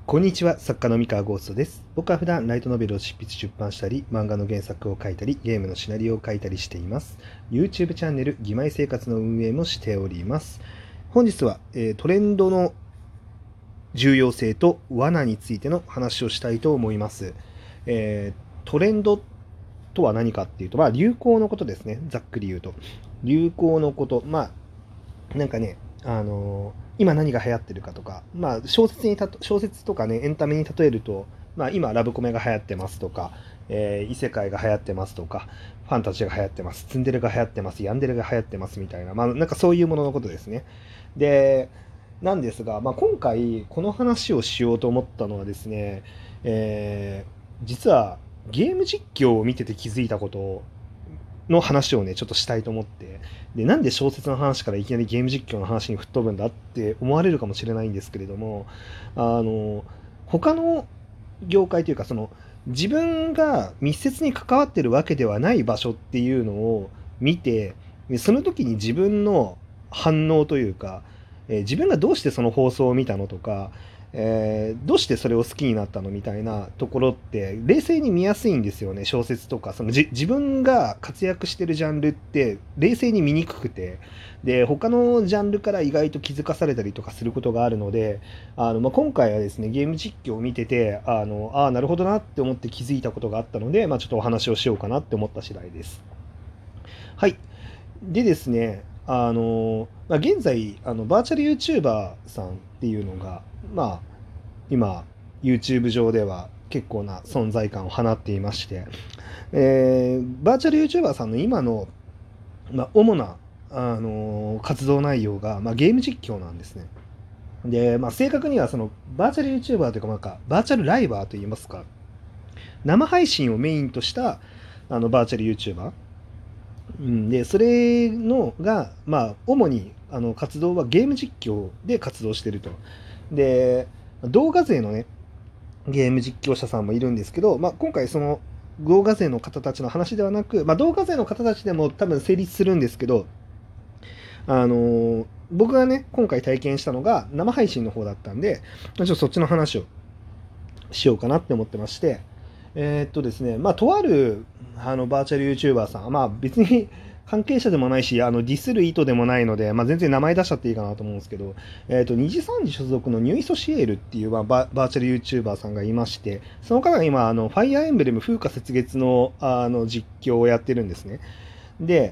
こんにちは、作家の三河ゴーストです。僕は普段ライトノベルを執筆出版したり、漫画の原作を書いたり、ゲームのシナリオを書いたりしています。YouTube チャンネル、義妹生活の運営もしております。本日は、トレンドの重要性と罠についての話をしたいと思います。トレンドとは何かっていうと、流行のことですね。ざっくり言うと。流行のこと。なんかね、今何が流行ってるかとか、小説とかね、エンタメに例えると、今ラブコメが流行ってますとか、異世界が流行ってますとか、ファンタジーが流行ってます、ツンデレが流行ってます、ヤンデレが流行ってますみたいな、なんかそういうもののことですね。で、なんですが、今回この話をしようと思ったのはですね、実はゲーム実況を見てて気づいたことの話をね、ちょっとしたいと思って、で、なんで小説の話からいきなりゲーム実況の話に吹っ飛ぶんだって思われるかもしれないんですけれども、あの、他の業界というか、自分が密接に関わってるわけではない場所っていうのを見て、でその時に自分の反応というか、自分がどうしてその放送を見たのとか、どうしてそれを好きになったのみたいなところって冷静に見やすいんですよね。小説とか自分が活躍してるジャンルって冷静に見にくくて、で他のジャンルから意外と気づかされたりとかすることがあるので、今回はですね、ゲーム実況を見ててなるほどなって思って気づいたことがあったので、ちょっとお話をしようかなって思った次第です。はい。でですね、現在バーチャル YouTuber さんっていうのが、今 YouTube 上では結構な存在感を放っていまして、バーチャル YouTuber さんの今の、主な、活動内容が、ゲーム実況なんですね。で、正確にはそのバーチャル YouTuber というか、バーチャルライバーといいますか、生配信をメインとしたバーチャル YouTuber、でそれのが、主に活動はゲーム実況で活動してると。で、動画勢のね、ゲーム実況者さんもいるんですけど、今回その動画勢の方たちの話ではなく、動画勢の方たちでも多分成立するんですけど、僕がね、今回体験したのが生配信の方だったんで、ちょっとそっちの話をしようかなって思ってまして、ですね、とあるバーチャル YouTuber さん、別に関係者でもないし、ディスる意図でもないので、全然名前出しちゃっていいかなと思うんですけど、二次三次所属のニューイソシエルっていう、バーチャル YouTuber さんがいまして、その方が今、ファイアーエンブレム風化雪月の実況をやってるんですね。で、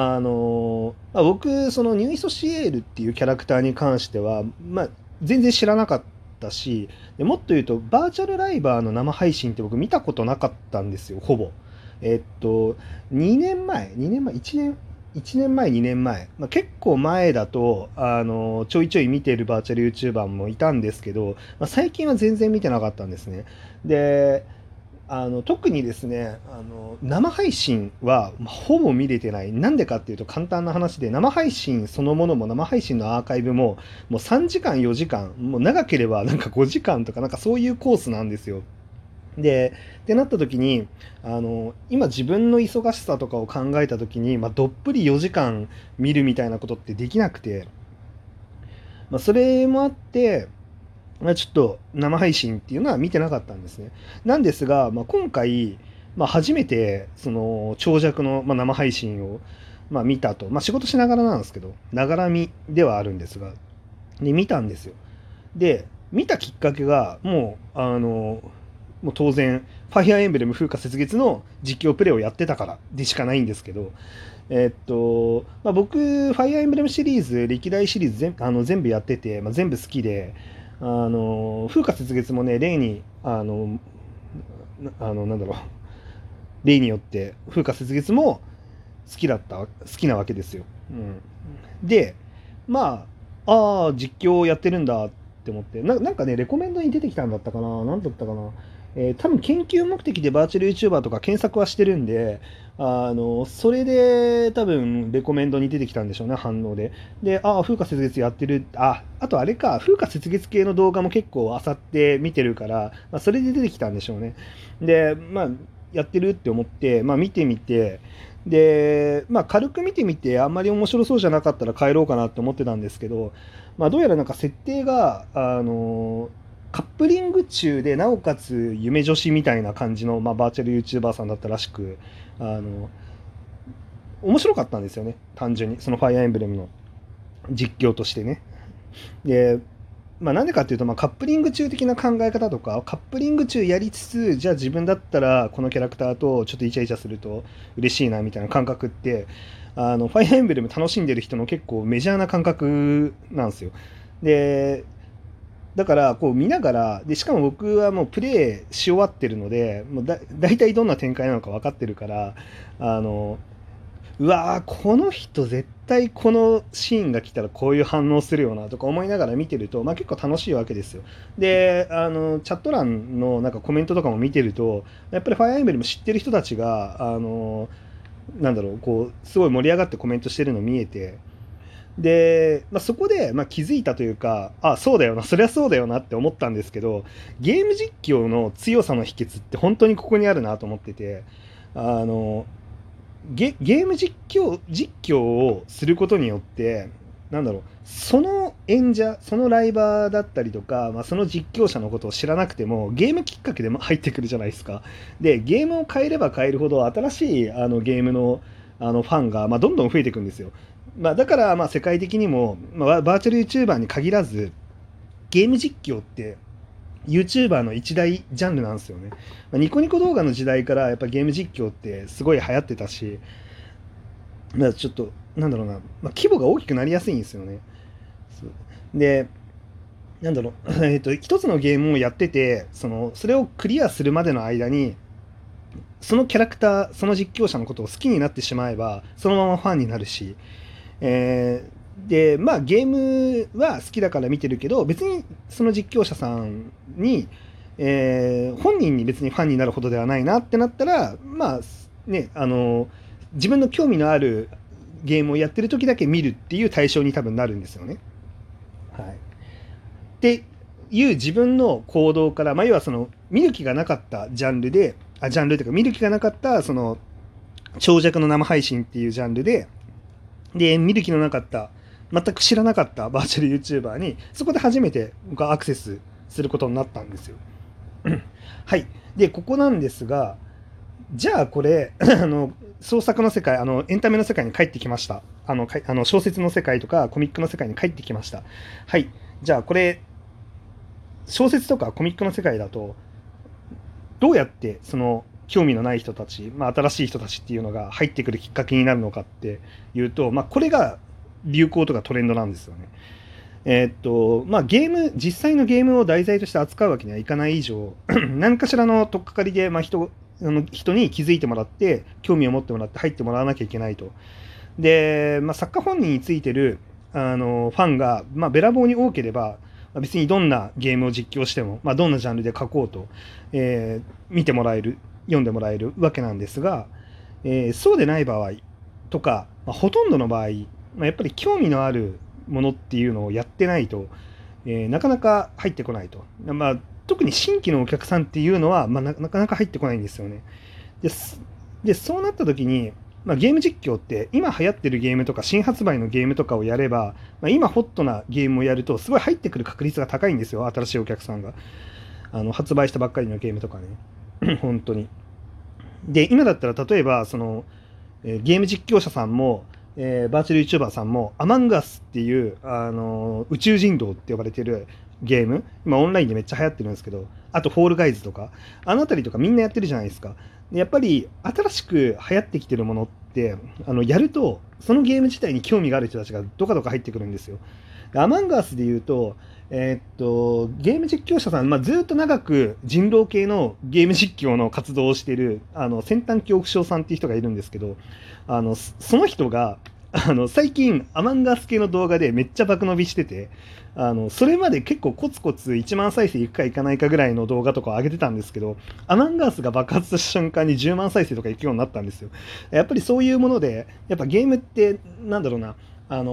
僕、そのニューイソシエルっていうキャラクターに関しては、全然知らなかったし、でもっと言うと、バーチャルライバーの生配信って僕見たことなかったんですよ、ほぼ。2年前、2年前、1年前、2年前、結構前だと、ちょいちょい見てるバーチャル YouTuber もいたんですけど、最近は全然見てなかったんですね。で、特にですね、生配信はほぼ見れてない。なんでかっていうと簡単な話で、生配信そのものも生配信のアーカイブも、もう3時間、4時間、もう長ければなんか5時間とか、なんかそういうコースなんですよ。で、ってなった時に、今自分の忙しさとかを考えた時に、どっぷり4時間見るみたいなことってできなくて、それもあって、ちょっと生配信っていうのは見てなかったんですね。なんですが、今回、初めてその長尺の、生配信を、見たと、仕事しながらなんですけど、ながら見ではあるんですが、で見たんですよ。で、見たきっかけが、もう当然、ファイアーエンブレム風化雪月の実況プレイをやってたからでしかないんですけど、僕、ファイアーエンブレムシリーズ、歴代シリーズ全部やってて、全部好きで、風化雪月もね、例に、なんだろう、例によって、風化雪月も好きなわけですよ。で、実況やってるんだって思って、なんかね、レコメンドに出てきたんだったかな、なんだったかな。多分研究目的でバーチャル YouTuber とか検索はしてるんで、それで多分レコメンドに出てきたんでしょうね、反応で。で、風化雪月やってる、あとあれか、風化雪月系の動画も結構漁って見てるから、それで出てきたんでしょうね。で、やってるって思って、見てみて、で、軽く見てみて、あんまり面白そうじゃなかったら帰ろうかなって思ってたんですけど、どうやらなんか設定が、 カップリング中でなおかつ夢女子みたいな感じの、バーチャル YouTuber さんだったらしく、面白かったんですよね、単純にそのファイアーエンブレムの実況としてね。で、なんでかっていうと、カップリング中的な考え方とか、カップリング中やりつつ、じゃあ自分だったらこのキャラクターとちょっとイチャイチャすると嬉しいなみたいな感覚って、ファイアーエンブレム楽しんでる人の結構メジャーな感覚なんですよ。で、だからこう見ながら、でしかも僕はもうプレイし終わってるので、もう大体どんな展開なのか分かってるから、あのうわーこの人絶対このシーンが来たらこういう反応するよなとか思いながら見てると、結構楽しいわけですよ。で、チャット欄のなんかコメントとかも見てると、やっぱりファイアーエンブレム知ってる人たちがなんだろう、こうすごい盛り上がってコメントしてるの見えて、で、そこで、気づいたというか、そうだよな、そりゃそうだよなって思ったんですけど、ゲーム実況の強さの秘訣って本当にここにあるなと思ってて、あのゲーム実況をすることによって、なんだろう、その演者、そのライバーだったりとか、その実況者のことを知らなくても、ゲームきっかけでも入ってくるじゃないですか。で、ゲームを変えれば変えるほど、新しいゲームのファンが、どんどん増えていくんですよ。だから、世界的にも、バーチャル YouTuber に限らず、ゲーム実況って、YouTuber の一大ジャンルなんですよね。ニコニコ動画の時代からやっぱゲーム実況ってすごい流行ってたし、ちょっとなんだろうな、規模が大きくなりやすいんですよね。で、なんだろう、一つのゲームをやってて、それをクリアするまでの間に、そのキャラクター、その実況者のことを好きになってしまえば、そのままファンになるし、で、ゲームは好きだから見てるけど、別にその実況者さんに、本人に別にファンになるほどではないなってなったら、ね、自分の興味のあるゲームをやってる時だけ見るっていう対象に多分なるんですよね。はい。っていう自分の行動から、要はその見る気がなかったジャンルで、ジャンルというか見る気がなかったその長尺の生配信っていうジャンルで、見る気のなかった、全く知らなかったバーチャル YouTuber に、そこで初めて僕はアクセスすることになったんですよ。はい。で、ここなんですが、じゃあこれ、創作の世界、エンタメの世界に帰ってきました。小説の世界とかコミックの世界に帰ってきました。はい。じゃあこれ、小説とかコミックの世界だと、どうやってその興味のない人たち、新しい人たちっていうのが入ってくるきっかけになるのかっていうと、これが流行とかトレンドなんですよね。実際のゲームを題材として扱うわけにはいかない以上、何かしらの取っかかりで、人に気づいてもらって、興味を持ってもらって入ってもらわなきゃいけないと。で、作家本人についてるファンが、べらぼうに多ければ、別にどんなゲームを実況しても、どんなジャンルで書こうと、見てもらえる、読んでもらえるわけなんですが、そうでない場合とか、ほとんどの場合、やっぱり興味のあるものっていうのをやってないと、なかなか入ってこないと。特に新規のお客さんっていうのは、なかなか入ってこないんですよね。で、そうなった時に、ゲーム実況って今流行ってるゲームとか新発売のゲームとかをやれば、今ホットなゲームをやるとすごい入ってくる確率が高いんですよ、新しいお客さんが。発売したばっかりのゲームとかね。本当に。で、今だったら例えば、ゲーム実況者さんも、バーチャル YouTuber さんも、アマンガスっていう、宇宙人道って呼ばれてるゲーム、今オンラインでめっちゃ流行ってるんですけど、あとフォールガイズとか、あのあたりとかみんなやってるじゃないですか。でやっぱり新しく流行ってきてるものって、やると、そのゲーム自体に興味がある人たちがどかどか入ってくるんですよ。アマンガースで言うと、ゲーム実況者さん、ずっと長く人狼系のゲーム実況の活動をしている先端恐怖症さんっていう人がいるんですけど、その人が最近アマンガース系の動画でめっちゃ爆伸びしてて、それまで結構コツコツ1万再生いくかいかないかぐらいの動画とかを上げてたんですけど、アマンガースが爆発した瞬間に10万再生とかいくようになったんですよ。やっぱりそういうもので、やっぱゲームってなんだろうな、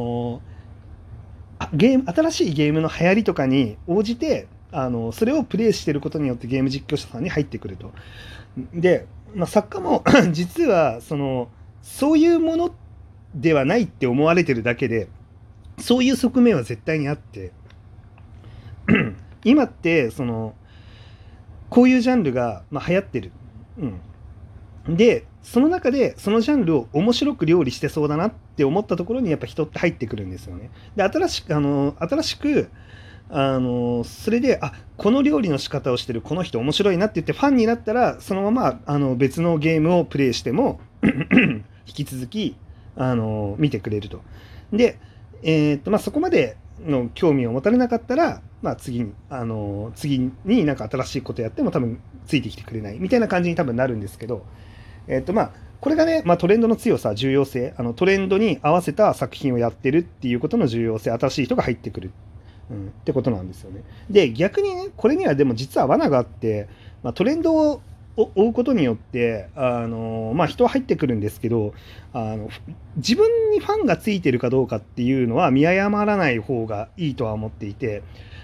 新しいゲームの流行りとかに応じてそれをプレイしていることによってゲーム実況者さんに入ってくると。で、作家も実はそういうものではないって思われてるだけで、そういう側面は絶対にあって今ってこういうジャンルが、流行ってる。でその中でそのジャンルを面白く料理してそうだなって思ったところにやっぱ人って入ってくるんですよね。で新しくそれでこの料理の仕方をしてるこの人面白いなって言ってファンになったらそのまま別のゲームをプレイしても引き続き見てくれると。で、そこまでの興味を持たれなかったら、次になんか新しいことやっても多分ついてきてくれないみたいな感じに多分なるんですけど、これがね、トレンドの強さ、重要性、トレンドに合わせた作品をやってるっていうことの重要性、新しい人が入ってくる、ってことなんですよね。で、逆にね、これにはでも実は罠があって、トレンドを追うことによって人は入ってくるんですけど、自分にファンがついてるかどうかっていうのは見誤らない方がいいとは思っていて、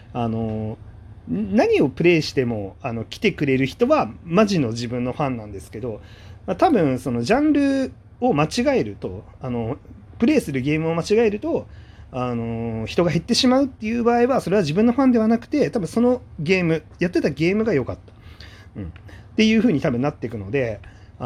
何をプレイしても来てくれる人はマジの自分のファンなんですけど、多分そのジャンルを間違えるとプレイするゲームを間違えると人が減ってしまうっていう場合はそれは自分のファンではなくて多分そのやってたゲームが良かった、っていう風に多分なっていくので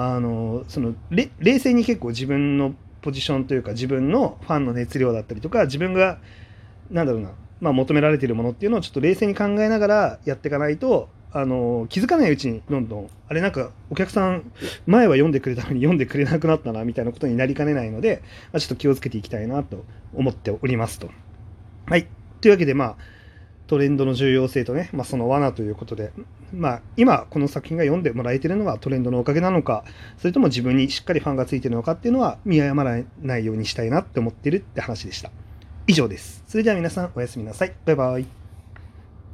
冷静に結構自分のポジションというか自分のファンの熱量だったりとか自分が求められているものっていうのをちょっと冷静に考えながらやっていかないと気づかないうちにどんどんなんかお客さん前は読んでくれたのに読んでくれなくなったなみたいなことになりかねないので、ちょっと気をつけていきたいなと思っておりますと。はい。というわけでトレンドの重要性とね、その罠ということで、今この作品が読んでもらえているのはトレンドのおかげなのか、それとも自分にしっかりファンがついているのかっていうのは見誤らないようにしたいなって思ってるって話でした。以上です。それでは皆さんおやすみなさい。バイバイ。